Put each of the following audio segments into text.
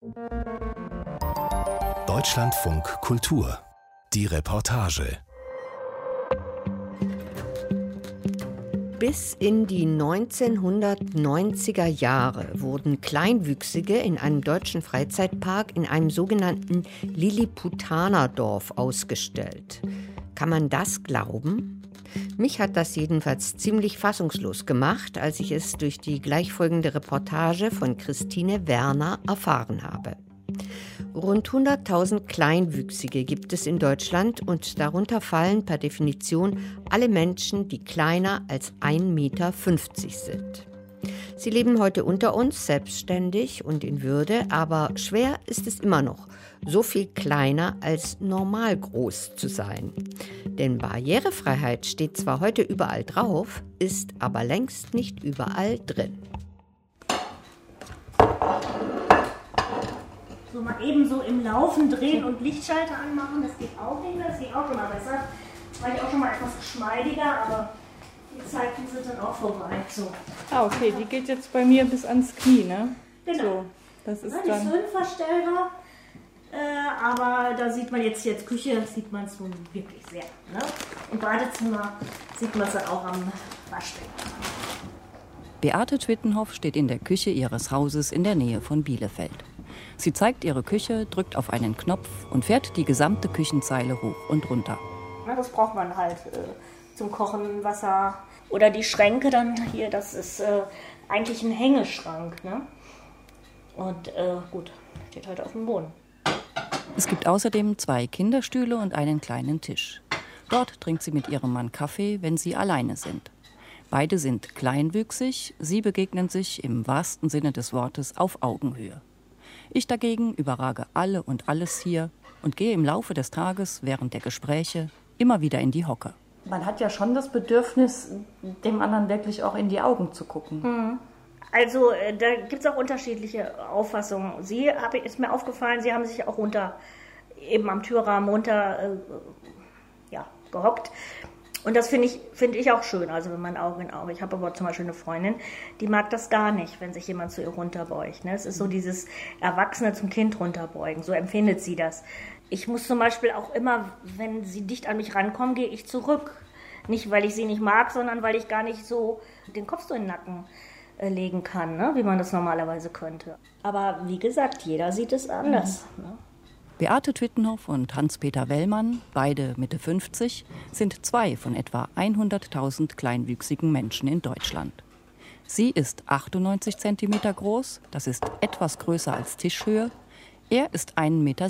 Deutschlandfunk Kultur. Die Reportage. Bis in die 1990er Jahre wurden Kleinwüchsige in einem deutschen Freizeitpark in einem sogenannten Lilliputaner-Dorf ausgestellt. Kann man das glauben? Mich hat das jedenfalls ziemlich fassungslos gemacht, als ich es durch die gleichfolgende Reportage von Christine Werner erfahren habe. Rund 100.000 Kleinwüchsige gibt es in Deutschland und darunter fallen per Definition alle Menschen, die kleiner als 1,50 Meter sind. Sie leben heute unter uns, selbstständig und in Würde, aber schwer ist es immer noch, so viel kleiner als normal groß zu sein. Denn Barrierefreiheit steht zwar heute überall drauf, ist aber längst nicht überall drin. So mal eben so im Laufen drehen und Lichtschalter anmachen, das geht auch nicht mehr, das geht auch immer besser. War ich auch schon mal etwas geschmeidiger, aber die Zeiten sind dann auch vorbei. So. Ah, okay, die geht jetzt bei mir bis ans Knie, ne? Genau. So, das ist ja, die dann... ist höhenverstellbar, aber da sieht man jetzt Küche, sieht man es nun wirklich sehr. Ne? Im Badezimmer sieht man es dann auch am Waschbecken. Beate Twittenhoff steht in der Küche ihres Hauses in der Nähe von Bielefeld. Sie zeigt ihre Küche, drückt auf einen Knopf und fährt die gesamte Küchenzeile hoch und runter. Ja, das braucht man halt zum Kochen, Wasser. Oder die Schränke dann hier, das ist eigentlich ein Hängeschrank. Ne? Und gut, steht halt auf dem Boden. Es gibt außerdem 2 Kinderstühle und einen kleinen Tisch. Dort trinkt sie mit ihrem Mann Kaffee, wenn sie alleine sind. Beide sind kleinwüchsig, sie begegnen sich im wahrsten Sinne des Wortes auf Augenhöhe. Ich dagegen überrage alle und alles hier und gehe im Laufe des Tages während der Gespräche immer wieder in die Hocke. Man hat ja schon das Bedürfnis, dem anderen wirklich auch in die Augen zu gucken. Also da gibt es auch unterschiedliche Auffassungen. Ist mir aufgefallen, Sie haben sich auch eben am Türrahmen gehockt. Und das finde ich auch schön, also wenn man Auge in Auge. Ich habe aber zum Beispiel eine Freundin, die mag das gar nicht, wenn sich jemand zu ihr runterbeugt. Ne? Es ist so dieses Erwachsene zum Kind runterbeugen, so empfindet sie das. Ich muss zum Beispiel auch immer, wenn sie dicht an mich rankommen, gehe ich zurück. Nicht, weil ich sie nicht mag, sondern weil ich gar nicht so den Kopf so in den Nacken legen kann, ne? Wie man das normalerweise könnte. Aber wie gesagt, jeder sieht es anders. Ne? Beate Twittenhoff und Hans-Peter Wellmann, beide Mitte 50, sind 2 von etwa 100.000 kleinwüchsigen Menschen in Deutschland. Sie ist 98 Zentimeter groß, das ist etwas größer als Tischhöhe. Er ist 1,16 Meter.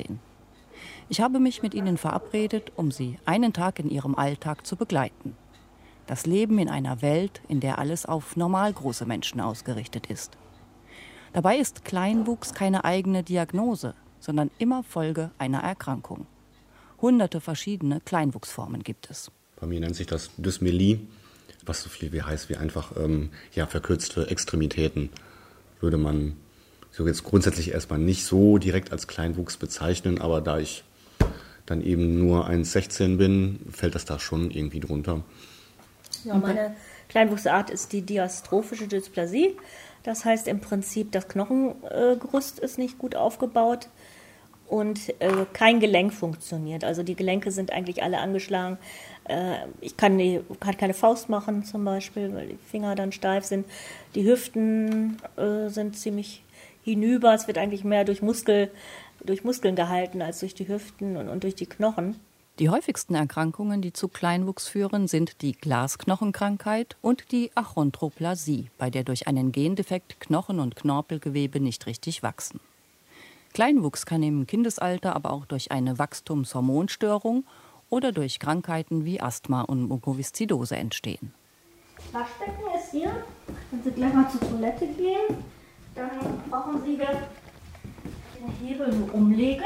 Ich habe mich mit ihnen verabredet, um sie einen Tag in ihrem Alltag zu begleiten. Das Leben in einer Welt, in der alles auf normal große Menschen ausgerichtet ist. Dabei ist Kleinwuchs keine eigene Diagnose, sondern immer Folge einer Erkrankung. Hunderte verschiedene Kleinwuchsformen gibt es. Bei mir nennt sich das Dysmelie, was so viel wie heißt wie einfach verkürzte Extremitäten. Würde man so jetzt grundsätzlich erstmal nicht so direkt als Kleinwuchs bezeichnen, aber da ich dann eben nur 1,16 bin, fällt das da schon irgendwie drunter. Ja, meine Kleinwuchsart ist die diastrophische Dysplasie. Das heißt im Prinzip, das Knochengerüst ist nicht gut aufgebaut und kein Gelenk funktioniert. Also die Gelenke sind eigentlich alle angeschlagen. Ich kann keine Faust machen zum Beispiel, weil die Finger dann steif sind. Die Hüften sind ziemlich hinüber. Es wird eigentlich mehr durch Muskeln gehalten als durch die Hüften und durch die Knochen. Die häufigsten Erkrankungen, die zu Kleinwuchs führen, sind die Glasknochenkrankheit und die Achondroplasie, bei der durch einen Gendefekt Knochen und Knorpelgewebe nicht richtig wachsen. Kleinwuchs kann im Kindesalter aber auch durch eine Wachstumshormonstörung oder durch Krankheiten wie Asthma und Mukoviszidose entstehen. Waschbecken ist hier. Wenn Sie gleich mal zur Toilette gehen, dann brauchen Sie den Hebel so umlegen.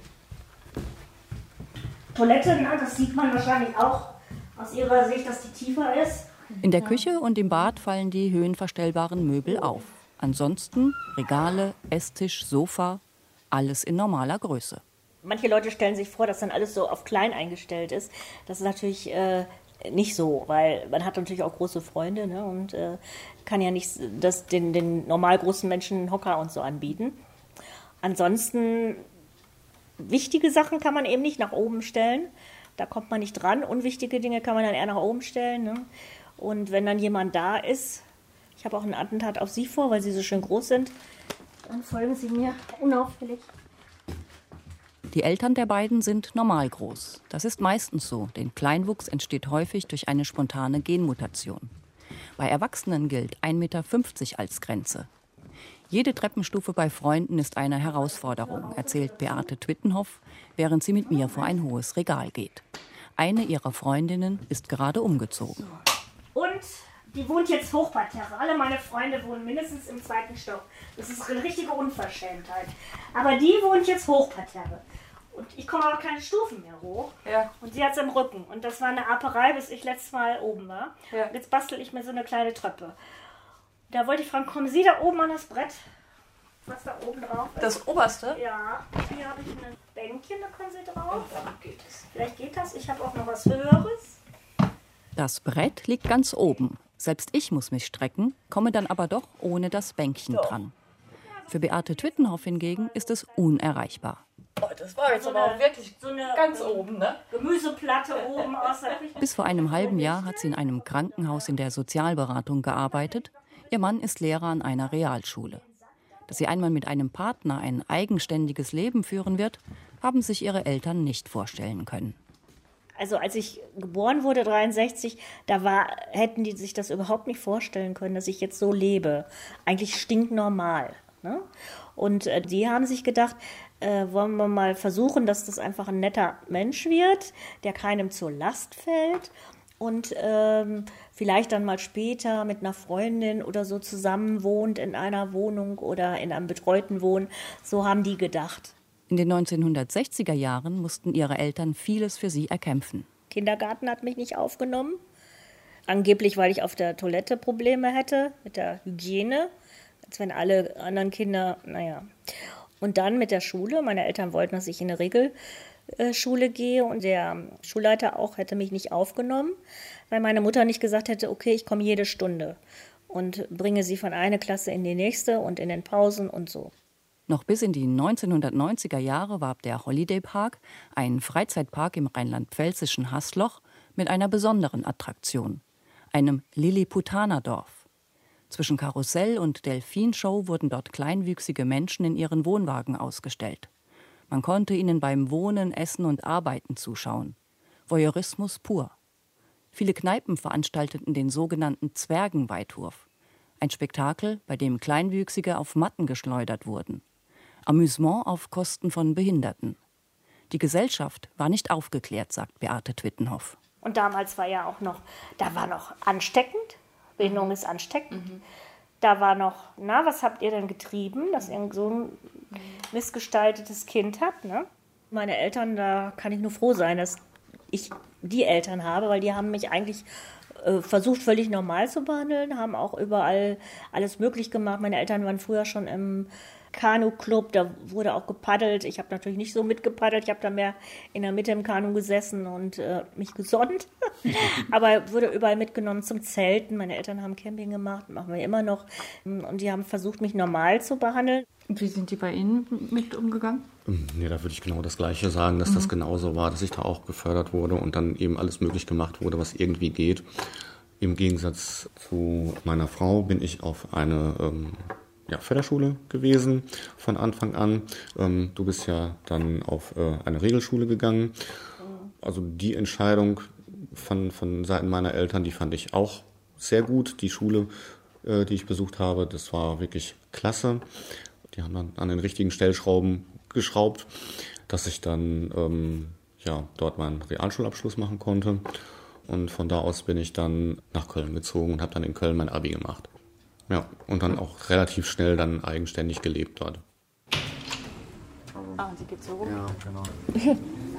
Toilette, das sieht man wahrscheinlich auch aus Ihrer Sicht, dass die tiefer ist. In der Küche und im Bad fallen die höhenverstellbaren Möbel auf. Ansonsten Regale, Esstisch, Sofa, alles in normaler Größe. Manche Leute stellen sich vor, dass dann alles so auf klein eingestellt ist. Das ist natürlich nicht so, weil man hat natürlich auch große Freunde, ne, und kann ja nicht den normal großen Menschen Hocker und so anbieten. Ansonsten, wichtige Sachen kann man eben nicht nach oben stellen. Da kommt man nicht dran. Unwichtige Dinge kann man dann eher nach oben stellen. Ne? Und wenn dann jemand da ist, ich habe auch ein Attentat auf Sie vor, weil Sie so schön groß sind, dann folgen Sie mir unauffällig. Die Eltern der beiden sind normal groß. Das ist meistens so, denn Kleinwuchs entsteht häufig durch eine spontane Genmutation. Bei Erwachsenen gilt 1,50 Meter als Grenze. Jede Treppenstufe bei Freunden ist eine Herausforderung, erzählt Beate Twittenhoff, während sie mit mir vor ein hohes Regal geht. Eine ihrer Freundinnen ist gerade umgezogen. Und die wohnt jetzt Hochparterre. Alle meine Freunde wohnen mindestens im 2. Stock. Das ist eine richtige Unverschämtheit. Aber die wohnt jetzt Hochparterre. Und ich komme aber keine Stufen mehr hoch. Ja. Und sie hat es im Rücken. Und das war eine Aperei, bis ich letztes Mal oben war. Ja. Und jetzt bastel ich mir so eine kleine Treppe. Da wollte ich fragen, kommen Sie da oben an das Brett? Was da oben drauf ist? Das oberste? Ja. Hier habe ich ein Bänkchen, da können Sie drauf. Geht es. Vielleicht geht das. Ich habe auch noch was Höheres. Das Brett liegt ganz oben. Selbst ich muss mich strecken, komme dann aber doch ohne das Bänkchen dran. Für Beate Twittenhoff hingegen ist es unerreichbar. Oh, das war jetzt aber auch wirklich so eine ganz oben, ne? Gemüseplatte oben aus der Küche. Bis vor einem halben Jahr hat sie in einem Krankenhaus in der Sozialberatung gearbeitet. Ihr Mann ist Lehrer an einer Realschule. Dass sie einmal mit einem Partner ein eigenständiges Leben führen wird, haben sich ihre Eltern nicht vorstellen können. Also als ich geboren wurde, 1963, hätten die sich das überhaupt nicht vorstellen können, dass ich jetzt so lebe. Eigentlich stinknormal. Ne? Und die haben sich gedacht, wollen wir mal versuchen, dass das einfach ein netter Mensch wird, der keinem zur Last fällt und vielleicht dann mal später mit einer Freundin oder so zusammen wohnt in einer Wohnung oder in einem betreuten Wohnen. So haben die gedacht. In den 1960er Jahren mussten ihre Eltern vieles für sie erkämpfen. Kindergarten hat mich nicht aufgenommen. Angeblich, weil ich auf der Toilette Probleme hätte mit der Hygiene. Als wenn alle anderen Kinder, naja. Und dann mit der Schule. Meine Eltern wollten, dass ich in eine Regelschule gehe. Und der Schulleiter auch hätte mich nicht aufgenommen, weil meine Mutter nicht gesagt hätte, okay, ich komme jede Stunde und bringe sie von einer Klasse in die nächste und in den Pausen und so. Noch bis in die 1990er Jahre warb der Holiday Park, ein Freizeitpark im rheinland-pfälzischen Haßloch, mit einer besonderen Attraktion, einem Liliputanerdorf. Zwischen Karussell und Delfinshow wurden dort kleinwüchsige Menschen in ihren Wohnwagen ausgestellt. Man konnte ihnen beim Wohnen, Essen und Arbeiten zuschauen. Voyeurismus pur. Viele Kneipen veranstalteten den sogenannten Zwergenweitwurf. Ein Spektakel, bei dem Kleinwüchsige auf Matten geschleudert wurden. Amüsement auf Kosten von Behinderten. Die Gesellschaft war nicht aufgeklärt, sagt Beate Twittenhoff. Und damals war ja auch noch, da war noch ansteckend, Behinderung ist ansteckend. Da war noch, na, was habt ihr denn getrieben, dass ihr so ein missgestaltetes Kind habt, ne? Meine Eltern, da kann ich nur froh sein, dass ich die Eltern habe, weil die haben mich eigentlich versucht, völlig normal zu behandeln, haben auch überall alles möglich gemacht. Meine Eltern waren früher schon im Kanu-Club, da wurde auch gepaddelt. Ich habe natürlich nicht so mitgepaddelt, ich habe da mehr in der Mitte im Kanu gesessen und mich gesonnt. Aber wurde überall mitgenommen zum Zelten. Meine Eltern haben Camping gemacht, machen wir immer noch. Und die haben versucht, mich normal zu behandeln. Und wie sind die bei Ihnen mit umgegangen? Nee, da würde ich genau das Gleiche sagen, dass das genauso war, dass ich da auch gefördert wurde und dann eben alles möglich gemacht wurde, was irgendwie geht. Im Gegensatz zu meiner Frau bin ich auf eine Förderschule gewesen von Anfang an. Du bist ja dann auf eine Regelschule gegangen. Also die Entscheidung von Seiten meiner Eltern, die fand ich auch sehr gut. Die Schule, die ich besucht habe, das war wirklich klasse. Die haben dann an den richtigen Stellschrauben geschraubt, dass ich dann dort meinen Realschulabschluss machen konnte. Und von da aus bin ich dann nach Köln gezogen und habe dann in Köln mein Abi gemacht. Ja, und dann auch relativ schnell dann eigenständig gelebt dort. Und Sie gezogen? Ja, genau.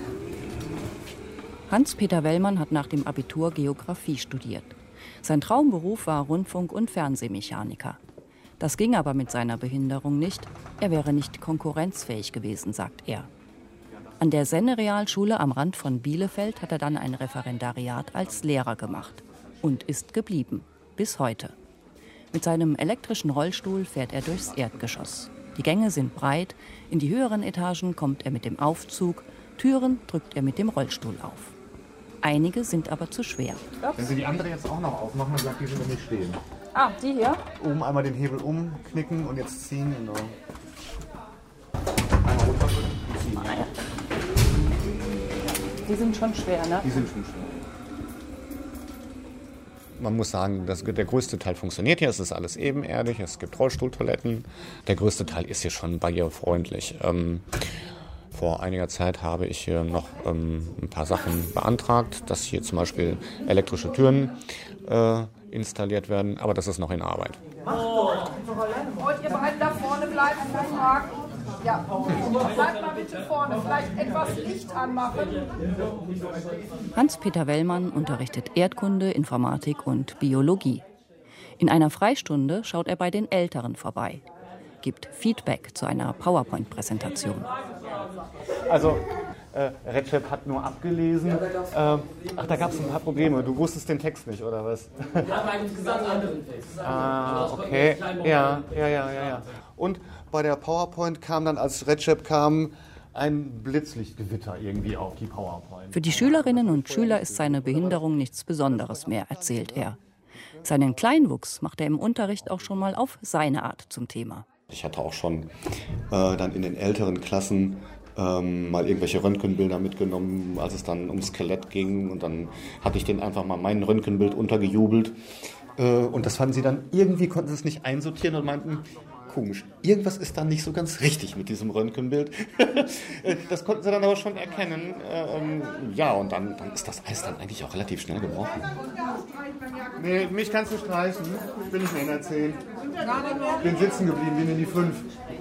Hans-Peter Wellmann hat nach dem Abitur Geografie studiert. Sein Traumberuf war Rundfunk- und Fernsehmechaniker. Das ging aber mit seiner Behinderung nicht. Er wäre nicht konkurrenzfähig gewesen, sagt er. An der Senne-Realschule am Rand von Bielefeld hat er dann ein Referendariat als Lehrer gemacht. Und ist geblieben. Bis heute. Mit seinem elektrischen Rollstuhl fährt er durchs Erdgeschoss. Die Gänge sind breit, in die höheren Etagen kommt er mit dem Aufzug, Türen drückt er mit dem Rollstuhl auf. Einige sind aber zu schwer. Wenn Sie die andere jetzt auch noch aufmachen, dann bleibt die schon nicht stehen. Ah, die hier? Oben einmal den Hebel umknicken und jetzt ziehen. Genau. Einmal runterdrücken und ziehen. Ja. Die sind schon schwer, ne? Die sind schon schwer. Man muss sagen, der größte Teil funktioniert hier. Es ist alles ebenerdig, es gibt Rollstuhltoiletten. Der größte Teil ist hier schon barrierefreundlich. Vor einiger Zeit habe ich hier noch ein paar Sachen beantragt, dass hier zum Beispiel elektrische Türen installiert werden, aber das ist noch in Arbeit. Wollt ihr beiden da vorne bleiben für Fragen? Ja, bleibt mal bitte vorne, vielleicht etwas Licht anmachen. Hans-Peter Wellmann unterrichtet Erdkunde, Informatik und Biologie. In einer Freistunde schaut er bei den Älteren vorbei, gibt Feedback zu einer PowerPoint-Präsentation. Also, RedChap hat nur abgelesen. Ach, da gab es ein paar Probleme. Du wusstest den Text nicht, oder was? Wir haben einen ganz anderen Text. Okay. Ja. Und bei der PowerPoint kam dann, als RedChap kam, ein Blitzlichtgewitter irgendwie auf die PowerPoint. Für die Schülerinnen und Schüler ist seine Behinderung nichts Besonderes mehr, erzählt er. Seinen Kleinwuchs macht er im Unterricht auch schon mal auf seine Art zum Thema. Ich hatte auch schon dann in den älteren Klassen mal irgendwelche Röntgenbilder mitgenommen, als es dann ums Skelett ging. Und dann hatte ich denen einfach mal mein Röntgenbild untergejubelt. Und das fanden sie dann, irgendwie konnten sie es nicht einsortieren und meinten, komisch, irgendwas ist dann nicht so ganz richtig mit diesem Röntgenbild. Das konnten sie dann aber schon erkennen. Ja, und dann ist das Eis dann eigentlich auch relativ schnell gebrochen. Nee, mich kannst du streichen. Ich bin nicht mehr in der 10. Bin sitzen geblieben, bin in die 5.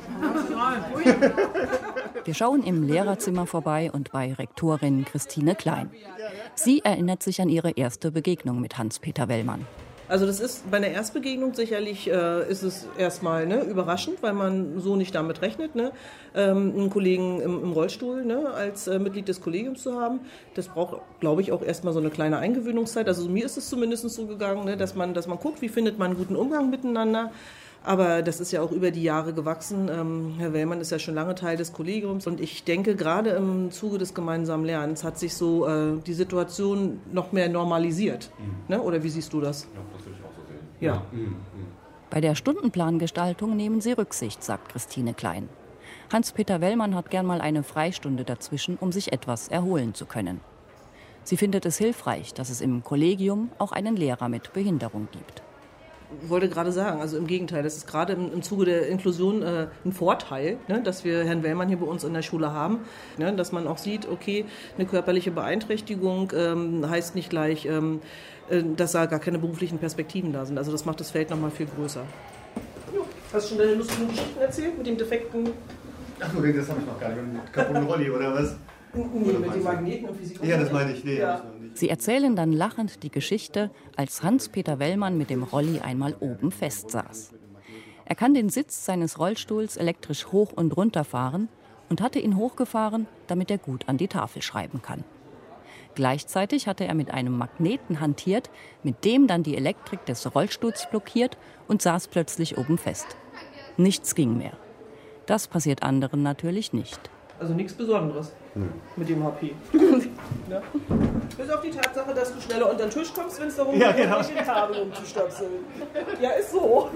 Wir schauen im Lehrerzimmer vorbei und bei Rektorin Christine Klein. Sie erinnert sich an ihre erste Begegnung mit Hans-Peter Wellmann. Also das ist bei einer Erstbegegnung sicherlich ist es erstmal überraschend, weil man so nicht damit rechnet, einen Kollegen im Rollstuhl als Mitglied des Kollegiums zu haben. Das braucht, glaube ich, auch erstmal so eine kleine Eingewöhnungszeit. Also mir ist es zumindest so gegangen, dass man guckt, wie findet man einen guten Umgang miteinander. Aber das ist ja auch über die Jahre gewachsen. Herr Wellmann ist ja schon lange Teil des Kollegiums. Und ich denke, gerade im Zuge des gemeinsamen Lernens hat sich so die Situation noch mehr normalisiert. Ne? Oder wie siehst du das? Ja, das würde ich auch so sehen. Ja. Bei der Stundenplangestaltung nehmen sie Rücksicht, sagt Christine Klein. Hans-Peter Wellmann hat gern mal eine Freistunde dazwischen, um sich etwas erholen zu können. Sie findet es hilfreich, dass es im Kollegium auch einen Lehrer mit Behinderung gibt. Ich wollte gerade sagen, also im Gegenteil, das ist gerade im Zuge der Inklusion ein Vorteil, dass wir Herrn Wellmann hier bei uns in der Schule haben, dass man auch sieht, okay, eine körperliche Beeinträchtigung heißt nicht gleich, dass da gar keine beruflichen Perspektiven da sind. Also das macht das Feld noch mal viel größer. Hast du schon deine lustigen Geschichten erzählt mit dem defekten? Ach so, das habe ich noch gar nicht. Mit kaputten Rolli oder was? Nee, mit den Magneten und Physik. Ja, das meine ich. Nee, ja. Sie erzählen dann lachend die Geschichte, als Hans-Peter Wellmann mit dem Rolli einmal oben festsaß. Er kann den Sitz seines Rollstuhls elektrisch hoch und runter fahren und hatte ihn hochgefahren, damit er gut an die Tafel schreiben kann. Gleichzeitig hatte er mit einem Magneten hantiert, mit dem dann die Elektrik des Rollstuhls blockiert und saß plötzlich oben fest. Nichts ging mehr. Das passiert anderen natürlich nicht. Also nichts Besonderes mit dem HP. Ja. Bis auf die Tatsache, dass du schneller unter den Tisch kommst, wenn es darum geht, den Kabel umzustöpseln. Ja, ist so.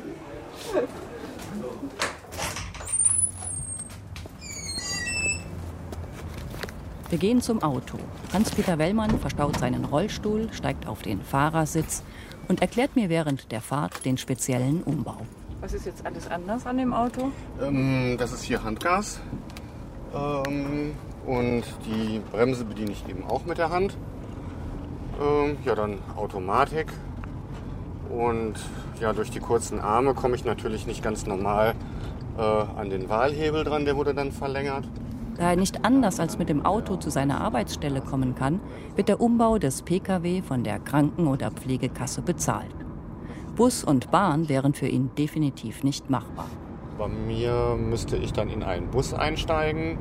Wir gehen zum Auto. Hans-Peter Wellmann verstaut seinen Rollstuhl, steigt auf den Fahrersitz und erklärt mir während der Fahrt den speziellen Umbau. Was ist jetzt alles anders an dem Auto? Das ist hier Handgas. Und die Bremse bediene ich eben auch mit der Hand. Ja, dann Automatik. Und ja, durch die kurzen Arme komme ich natürlich nicht ganz normal an den Wahlhebel dran, der wurde dann verlängert. Da er nicht anders als mit dem Auto zu seiner Arbeitsstelle kommen kann, wird der Umbau des Pkw von der Kranken- oder Pflegekasse bezahlt. Bus und Bahn wären für ihn definitiv nicht machbar. Bei mir müsste ich dann in einen Bus einsteigen.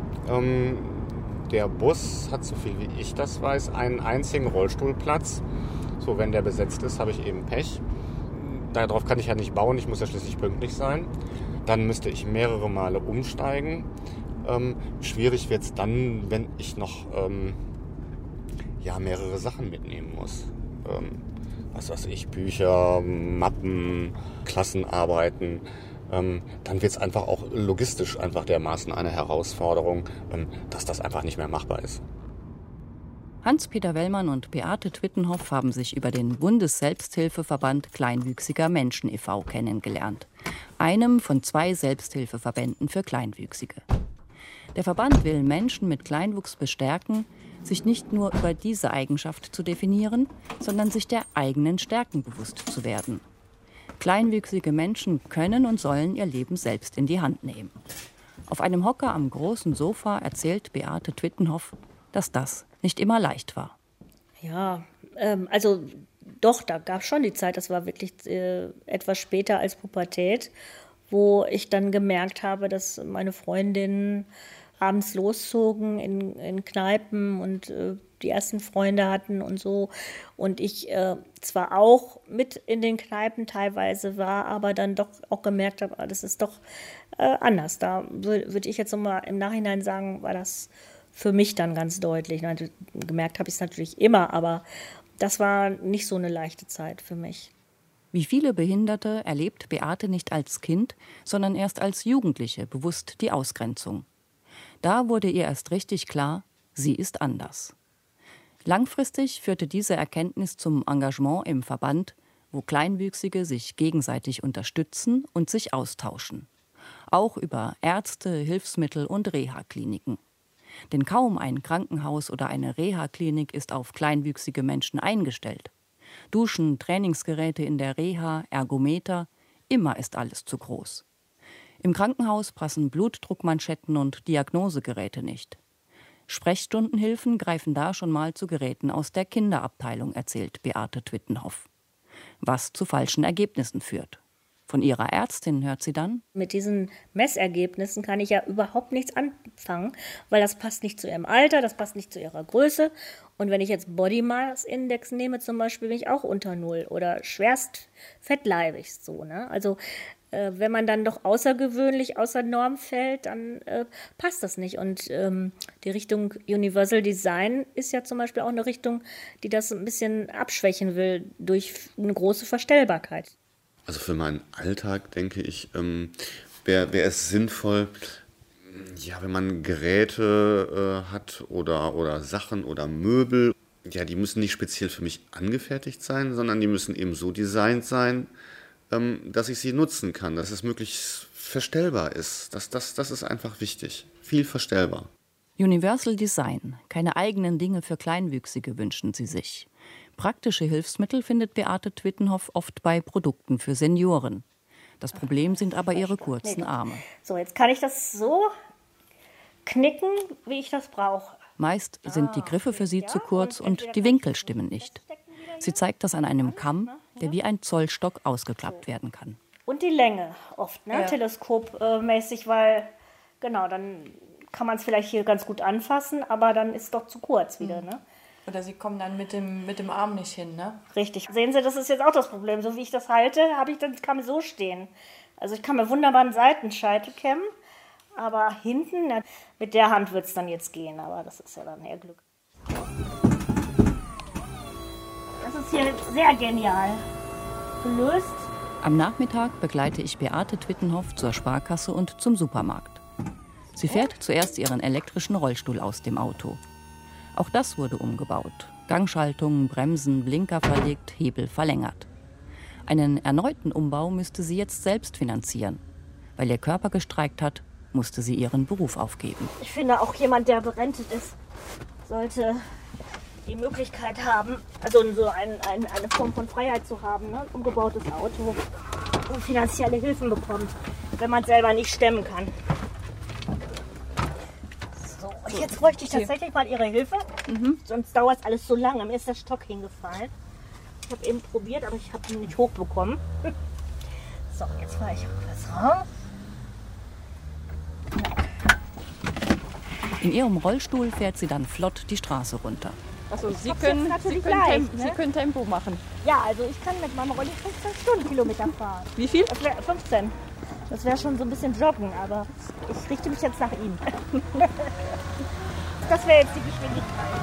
Der Bus hat, so viel wie ich das weiß, einen einzigen Rollstuhlplatz. So, wenn der besetzt ist, habe ich eben Pech. Darauf kann ich ja nicht bauen, ich muss ja schließlich pünktlich sein. Dann müsste ich mehrere Male umsteigen. Schwierig wird es dann, wenn ich noch mehrere Sachen mitnehmen muss. Was weiß ich, Bücher, Mappen, Klassenarbeiten. Dann wird es einfach auch logistisch einfach dermaßen eine Herausforderung, dass das einfach nicht mehr machbar ist. Hans-Peter Wellmann und Beate Twittenhoff haben sich über den Bundesselbsthilfeverband Kleinwüchsiger Menschen e.V. kennengelernt, einem von 2 Selbsthilfeverbänden für Kleinwüchsige. Der Verband will Menschen mit Kleinwuchs bestärken, sich nicht nur über diese Eigenschaft zu definieren, sondern sich der eigenen Stärken bewusst zu werden. Kleinwüchsige Menschen können und sollen ihr Leben selbst in die Hand nehmen. Auf einem Hocker am großen Sofa erzählt Beate Twittenhoff, dass das nicht immer leicht war. Ja, also doch, da gab es schon die Zeit, das war wirklich etwas später als Pubertät, wo ich dann gemerkt habe, dass meine Freundinnen abends loszogen in Kneipen und die ersten Freunde hatten und so. Und ich zwar auch mit in den Kneipen teilweise war, aber dann doch auch gemerkt habe, das ist doch anders. Da würde ich jetzt nochmal im Nachhinein sagen, war das für mich dann ganz deutlich. Gemerkt habe ich es natürlich immer, aber das war nicht so eine leichte Zeit für mich. Wie viele Behinderte erlebt Beate nicht als Kind, sondern erst als Jugendliche bewusst die Ausgrenzung. Da wurde ihr erst richtig klar, sie ist anders. Langfristig führte diese Erkenntnis zum Engagement im Verband, wo Kleinwüchsige sich gegenseitig unterstützen und sich austauschen. Auch über Ärzte, Hilfsmittel und Reha-Kliniken. Denn kaum ein Krankenhaus oder eine Reha-Klinik ist auf kleinwüchsige Menschen eingestellt. Duschen, Trainingsgeräte in der Reha, Ergometer, immer ist alles zu groß. Im Krankenhaus passen Blutdruckmanschetten und Diagnosegeräte nicht. Sprechstundenhilfen greifen da schon mal zu Geräten aus der Kinderabteilung, erzählt Beate Twittenhoff. Was zu falschen Ergebnissen führt. Von ihrer Ärztin hört sie dann: Mit diesen Messergebnissen kann ich ja überhaupt nichts anfangen, weil das passt nicht zu ihrem Alter, das passt nicht zu ihrer Größe. Und wenn ich jetzt Body Mass Index nehme zum Beispiel, bin ich auch unter 0 oder schwerst fettleibig so, ne? Also wenn man dann doch außergewöhnlich außer Norm fällt, dann passt das nicht. Und die Richtung Universal Design ist ja zum Beispiel auch eine Richtung, die das ein bisschen abschwächen will durch eine große Verstellbarkeit. Also für meinen Alltag, denke ich, wäre es sinnvoll, ja, wenn man Geräte hat oder Sachen oder Möbel, ja, die müssen nicht speziell für mich angefertigt sein, sondern die müssen eben so designt sein, dass ich sie nutzen kann, dass es möglichst verstellbar ist. Das ist einfach wichtig. Viel verstellbar. Universal Design. Keine eigenen Dinge für Kleinwüchsige wünschen sie sich. Praktische Hilfsmittel findet Beate Twittenhoff oft bei Produkten für Senioren. Das Problem sind aber ihre kurzen Arme. So, jetzt kann ich das so knicken, wie ich das brauche. Meist sind die Griffe für sie zu kurz und die Winkel stimmen nicht. Sie zeigt das an einem Kamm, der wie ein Zollstock ausgeklappt werden kann. Und die Länge oft, ne? Ja. Teleskopmäßig, weil, genau, dann kann man es vielleicht hier ganz gut anfassen, aber dann ist es doch zu kurz wieder, ne? Oder sie kommen dann mit dem Arm nicht hin, ne? Richtig. Sehen Sie, das ist jetzt auch das Problem. So wie ich das halte, kann ich so stehen. Also ich kann mir wunderbar einen Seitenscheitel kämmen, aber hinten, na, mit der Hand wird es dann jetzt gehen, aber das ist ja dann eher Glück. Das ist hier sehr genial gelöst. Am Nachmittag begleite ich Beate Twittenhoff zur Sparkasse und zum Supermarkt. Sie fährt zuerst ihren elektrischen Rollstuhl aus dem Auto. Auch das wurde umgebaut. Gangschaltung, Bremsen, Blinker verlegt, Hebel verlängert. Einen erneuten Umbau müsste sie jetzt selbst finanzieren. Weil ihr Körper gestreikt hat, musste sie ihren Beruf aufgeben. Ich finde, auch jemand, der berentet ist, sollte die Möglichkeit haben, also so eine Form von Freiheit zu haben, ne? Umgebautes Auto und finanzielle Hilfen bekommt, wenn man es selber nicht stemmen kann. So, und jetzt bräuchte ich tatsächlich mal Ihre Hilfe, sonst dauert es alles so lange. Mir ist der Stock hingefallen. Ich habe eben probiert, aber ich habe ihn nicht hochbekommen. So, jetzt fahre ich das raus. In ihrem Rollstuhl fährt sie dann flott die Straße runter. Also Sie können Tempo machen. Ja, also ich kann mit meinem Rolli 15 Stundenkilometer fahren. Wie viel? Das wäre 15. Das wäre schon so ein bisschen joggen, aber ich richte mich jetzt nach ihm. Das wäre jetzt die Geschwindigkeit.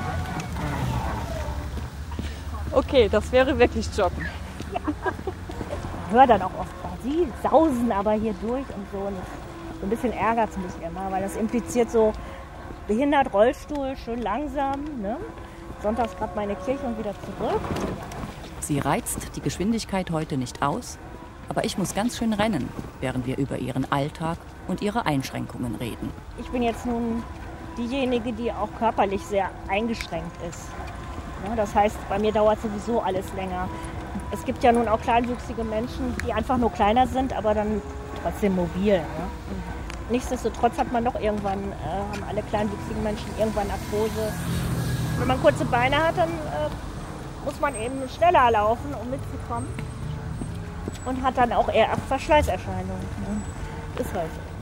Okay, das wäre wirklich joggen. Ja. Ich höre dann auch oft, sie sausen aber hier durch und so. Und so ein bisschen ärgert es mich immer, weil das impliziert so behindert, Rollstuhl, schön langsam. Ne? Sonntags gerade meine Kirche und wieder zurück. Sie reizt die Geschwindigkeit heute nicht aus, aber ich muss ganz schön rennen, während wir über ihren Alltag und ihre Einschränkungen reden. Ich bin jetzt nun diejenige, die auch körperlich sehr eingeschränkt ist. Ja, das heißt, bei mir dauert sowieso alles länger. Es gibt ja nun auch kleinwüchsige Menschen, die einfach nur kleiner sind, aber dann trotzdem mobil. Ne? Nichtsdestotrotz hat man doch irgendwann, haben alle kleinwüchsigen Menschen irgendwann Arthrose. Wenn man kurze Beine hat, dann muss man eben schneller laufen, um mitzukommen. Und hat dann auch eher Verschleißerscheinungen. Ne? Ist halt so.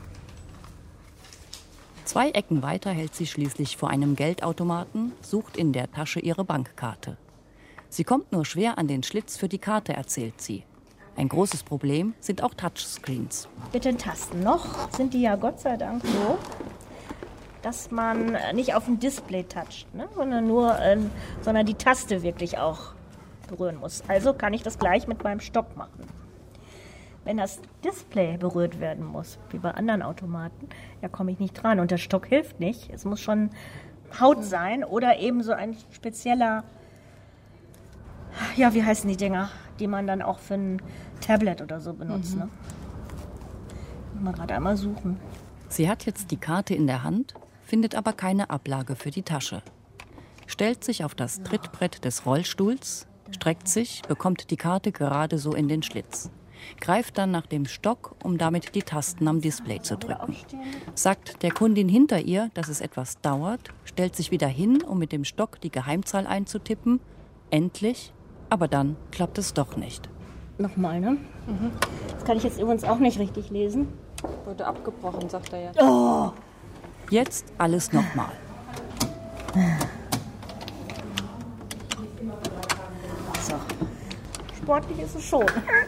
2 Ecken weiter hält sie schließlich vor einem Geldautomaten, sucht in der Tasche ihre Bankkarte. Sie kommt nur schwer an den Schlitz für die Karte, erzählt sie. Ein großes Problem sind auch Touchscreens. Mit den Tasten noch sind die ja Gott sei Dank so, dass man nicht auf dem Display toucht, ne? sondern die Taste wirklich auch berühren muss. Also kann ich das gleich mit meinem Stock machen. Wenn das Display berührt werden muss, wie bei anderen Automaten, ja, komme ich nicht dran. Und der Stock hilft nicht. Es muss schon Haut sein oder eben so ein spezieller, ja, wie heißen die Dinger, die man dann auch für ein Tablet oder so benutzt. Ne? Muss man gerade einmal suchen. Sie hat jetzt die Karte in der Hand, findet aber keine Ablage für die Tasche. Stellt sich auf das Trittbrett des Rollstuhls, streckt sich, bekommt die Karte gerade so in den Schlitz. Greift dann nach dem Stock, um damit die Tasten am Display zu drücken. Sagt der Kundin hinter ihr, dass es etwas dauert, stellt sich wieder hin, um mit dem Stock die Geheimzahl einzutippen. Endlich, aber dann klappt es doch nicht. Nochmal, ne? Das kann ich jetzt übrigens auch nicht richtig lesen. Wurde abgebrochen, sagt er ja. Oh! Jetzt alles nochmal. So. Sportlich ist es schon.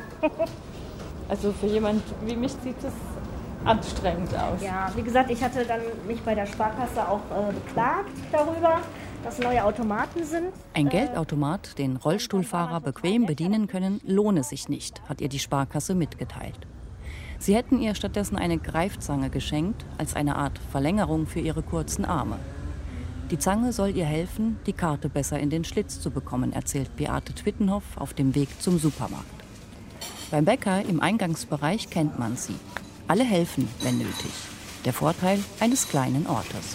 Also für jemand wie mich sieht es anstrengend aus. Ja, wie gesagt, ich hatte dann mich bei der Sparkasse auch beklagt darüber, dass neue Automaten sind. Ein Geldautomat, den Rollstuhlfahrer bequem bedienen können, lohne sich nicht, hat ihr die Sparkasse mitgeteilt. Sie hätten ihr stattdessen eine Greifzange geschenkt, als eine Art Verlängerung für ihre kurzen Arme. Die Zange soll ihr helfen, die Karte besser in den Schlitz zu bekommen, erzählt Beate Twittenhoff auf dem Weg zum Supermarkt. Beim Bäcker im Eingangsbereich kennt man sie. Alle helfen, wenn nötig. Der Vorteil eines kleinen Ortes.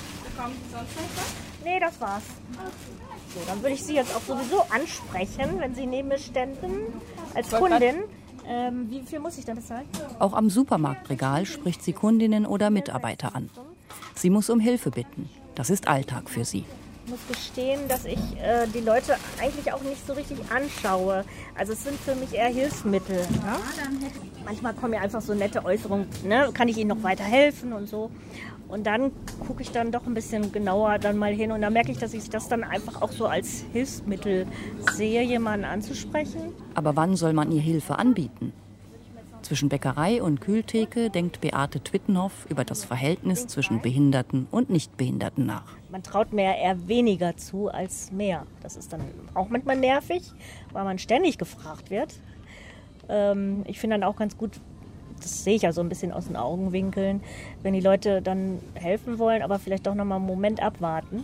Nee, das war's. So, dann würde ich Sie jetzt auch sowieso ansprechen, wenn Sie neben mir ständen, als Kundin. Wie viel muss ich denn bezahlen? Auch am Supermarktregal spricht sie Kundinnen oder Mitarbeiter an. Sie muss um Hilfe bitten. Das ist Alltag für sie. Ich muss gestehen, dass ich die Leute eigentlich auch nicht so richtig anschaue. Also es sind für mich eher Hilfsmittel. Ne? Manchmal kommen ja einfach so nette Äußerungen, ne? Kann ich Ihnen noch weiterhelfen und so. Und dann gucke ich dann doch ein bisschen genauer dann mal hin und dann merke ich, dass ich das dann einfach auch so als Hilfsmittel sehe, jemanden anzusprechen. Aber wann soll man ihr Hilfe anbieten? Zwischen Bäckerei und Kühltheke denkt Beate Twittenhoff über das Verhältnis zwischen Behinderten und Nichtbehinderten nach. Man traut mir eher weniger zu als mehr. Das ist dann auch manchmal nervig, weil man ständig gefragt wird. Ich finde dann auch ganz gut, das sehe ich ja so ein bisschen aus den Augenwinkeln, wenn die Leute dann helfen wollen, aber vielleicht doch noch mal einen Moment abwarten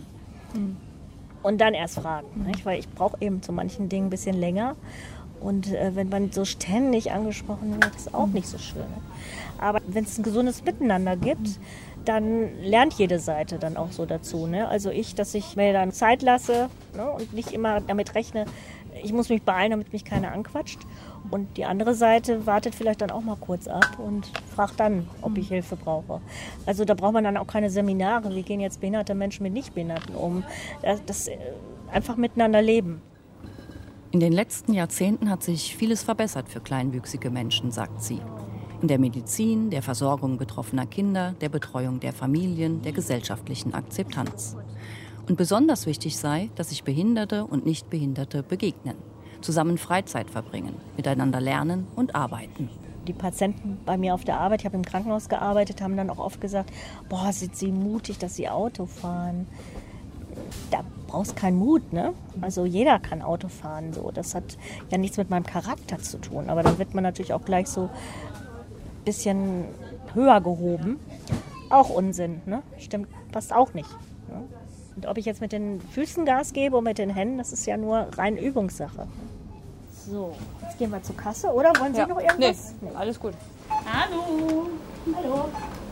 und dann erst fragen. Nicht? Weil ich brauche eben zu manchen Dingen ein bisschen länger. Und wenn man so ständig angesprochen wird, ist auch nicht so schön. Aber wenn es ein gesundes Miteinander gibt, dann lernt jede Seite dann auch so dazu. Ne? Also dass ich mir dann Zeit lasse, ne? Und nicht immer damit rechne, ich muss mich beeilen, damit mich keiner anquatscht. Und die andere Seite wartet vielleicht dann auch mal kurz ab und fragt dann, ob ich Hilfe brauche. Also da braucht man dann auch keine Seminare. Wie gehen jetzt behinderte Menschen mit Nichtbehinderten um? Das einfach miteinander leben. In den letzten Jahrzehnten hat sich vieles verbessert für kleinwüchsige Menschen, sagt sie. In der Medizin, der Versorgung betroffener Kinder, der Betreuung der Familien, der gesellschaftlichen Akzeptanz. Und besonders wichtig sei, dass sich Behinderte und Nichtbehinderte begegnen, zusammen Freizeit verbringen, miteinander lernen und arbeiten. Die Patienten bei mir auf der Arbeit, ich habe im Krankenhaus gearbeitet, haben dann auch oft gesagt, boah, sind Sie mutig, dass Sie Auto fahren. Da brauchst keinen Mut, ne? Also jeder kann Auto fahren, so. Das hat ja nichts mit meinem Charakter zu tun. Aber dann wird man natürlich auch gleich so ein bisschen höher gehoben. Auch Unsinn, ne? Stimmt, passt auch nicht. Ne? Und ob ich jetzt mit den Füßen Gas gebe und mit den Händen, das ist ja nur rein Übungssache. So, jetzt gehen wir zur Kasse, oder? Wollen Sie noch irgendwas? Nee, alles gut. Hallo. Hallo.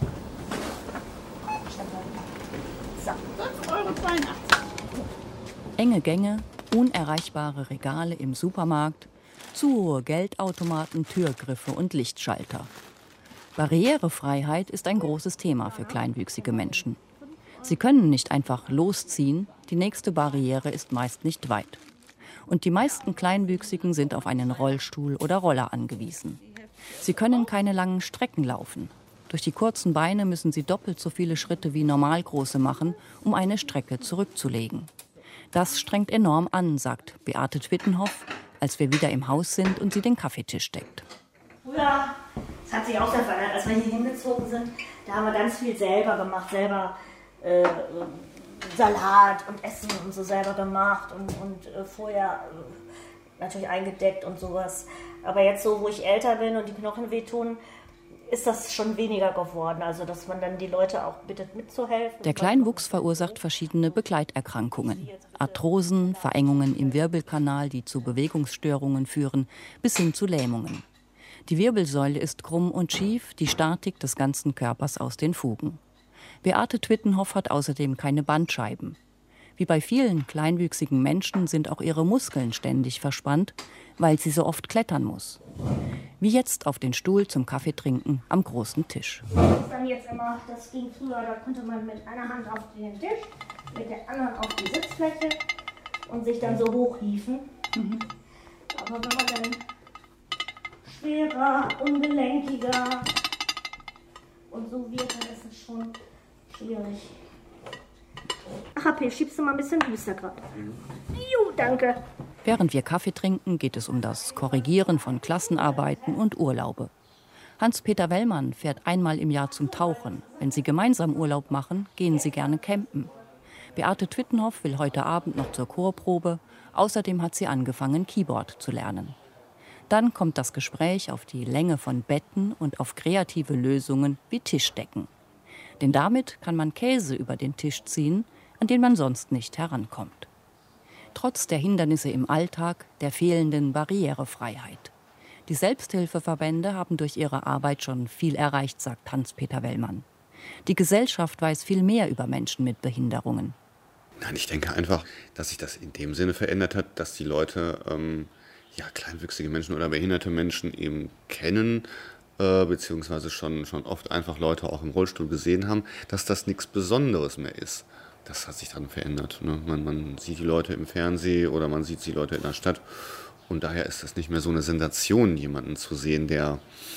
So. 5,82 €. Enge Gänge, unerreichbare Regale im Supermarkt, zu hohe Geldautomaten, Türgriffe und Lichtschalter. Barrierefreiheit ist ein großes Thema für kleinwüchsige Menschen. Sie können nicht einfach losziehen, die nächste Barriere ist meist nicht weit. Und die meisten Kleinwüchsigen sind auf einen Rollstuhl oder Roller angewiesen. Sie können keine langen Strecken laufen. Durch die kurzen Beine müssen sie doppelt so viele Schritte wie Normalgroße machen, um eine Strecke zurückzulegen. Das strengt enorm an, sagt Beate Twittenhoff, als wir wieder im Haus sind und sie den Kaffeetisch deckt. Früher, das hat sich auch sehr verändert, als wir hier hingezogen sind, da haben wir ganz viel selber gemacht, selber Salat und Essen und so selber gemacht und vorher natürlich eingedeckt und sowas. Aber jetzt so, wo ich älter bin und die Knochen wehtun, ist das schon weniger geworden. Also, dass man dann die Leute auch bittet, mitzuhelfen. Der Kleinwuchs verursacht verschiedene Begleiterkrankungen. Arthrosen, Verengungen im Wirbelkanal, die zu Bewegungsstörungen führen, bis hin zu Lähmungen. Die Wirbelsäule ist krumm und schief, die Statik des ganzen Körpers aus den Fugen. Beate Twittenhoff hat außerdem keine Bandscheiben. Wie bei vielen kleinwüchsigen Menschen sind auch ihre Muskeln ständig verspannt, weil sie so oft klettern muss. Wie jetzt auf den Stuhl zum Kaffeetrinken am großen Tisch. Dann jetzt immer, das ging früher, da konnte man mit einer Hand auf den Tisch, mit der anderen auf die Sitzfläche und sich dann so hochliefen. Aber wenn man dann schwerer, ungelenkiger und so wird, dann ist es schon schwierig. Ach, HP, schiebst du mal ein bisschen düster gerade. Jo, danke. Während wir Kaffee trinken, geht es um das Korrigieren von Klassenarbeiten und Urlaube. Hans-Peter Wellmann fährt einmal im Jahr zum Tauchen. Wenn sie gemeinsam Urlaub machen, gehen sie gerne campen. Beate Twittenhoff will heute Abend noch zur Chorprobe. Außerdem hat sie angefangen, Keyboard zu lernen. Dann kommt das Gespräch auf die Länge von Betten und auf kreative Lösungen wie Tischdecken. Denn damit kann man Käse über den Tisch ziehen, an den man sonst nicht herankommt. Trotz der Hindernisse im Alltag, der fehlenden Barrierefreiheit. Die Selbsthilfeverbände haben durch ihre Arbeit schon viel erreicht, sagt Hans-Peter Wellmann. Die Gesellschaft weiß viel mehr über Menschen mit Behinderungen. Nein, ich denke einfach, dass sich das in dem Sinne verändert hat, dass die Leute kleinwüchsige Menschen oder behinderte Menschen eben kennen, beziehungsweise schon oft einfach Leute auch im Rollstuhl gesehen haben, dass das nichts Besonderes mehr ist. Das hat sich dann verändert. Ne? Man sieht die Leute im Fernsehen oder man sieht die Leute in der Stadt. Und daher ist das nicht mehr so eine Sensation, jemanden zu sehen, der,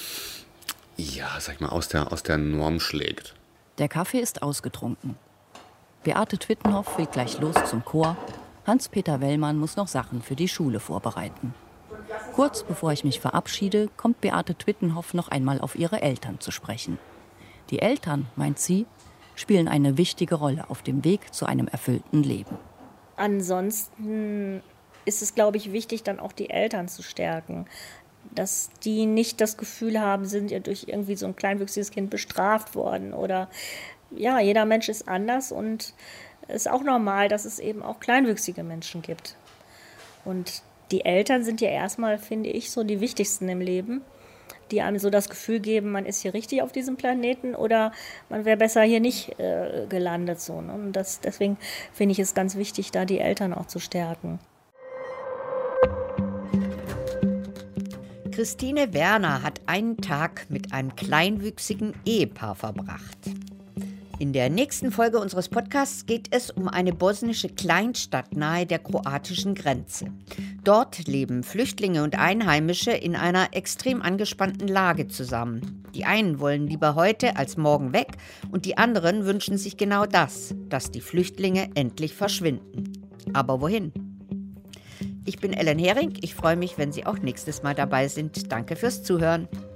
aus der Norm schlägt. Der Kaffee ist ausgetrunken. Beate Twittenhoff will gleich los zum Chor. Hans-Peter Wellmann muss noch Sachen für die Schule vorbereiten. Kurz bevor ich mich verabschiede, kommt Beate Twittenhoff noch einmal auf ihre Eltern zu sprechen. Die Eltern, meint sie, spielen eine wichtige Rolle auf dem Weg zu einem erfüllten Leben. Ansonsten ist es, glaube ich, wichtig, dann auch die Eltern zu stärken. Dass die nicht das Gefühl haben, sind ja durch irgendwie so ein kleinwüchsiges Kind bestraft worden. Oder ja, jeder Mensch ist anders und es ist auch normal, dass es eben auch kleinwüchsige Menschen gibt. Und die Eltern sind ja erstmal, finde ich, so die wichtigsten im Leben, die einem so das Gefühl geben, man ist hier richtig auf diesem Planeten oder man wäre besser hier nicht gelandet. So, ne? Und deswegen finde ich es ganz wichtig, da die Eltern auch zu stärken. Christine Werner hat einen Tag mit einem kleinwüchsigen Ehepaar verbracht. In der nächsten Folge unseres Podcasts geht es um eine bosnische Kleinstadt nahe der kroatischen Grenze. Dort leben Flüchtlinge und Einheimische in einer extrem angespannten Lage zusammen. Die einen wollen lieber heute als morgen weg und die anderen wünschen sich genau das, dass die Flüchtlinge endlich verschwinden. Aber wohin? Ich bin Ellen Hering. Ich freue mich, wenn Sie auch nächstes Mal dabei sind. Danke fürs Zuhören.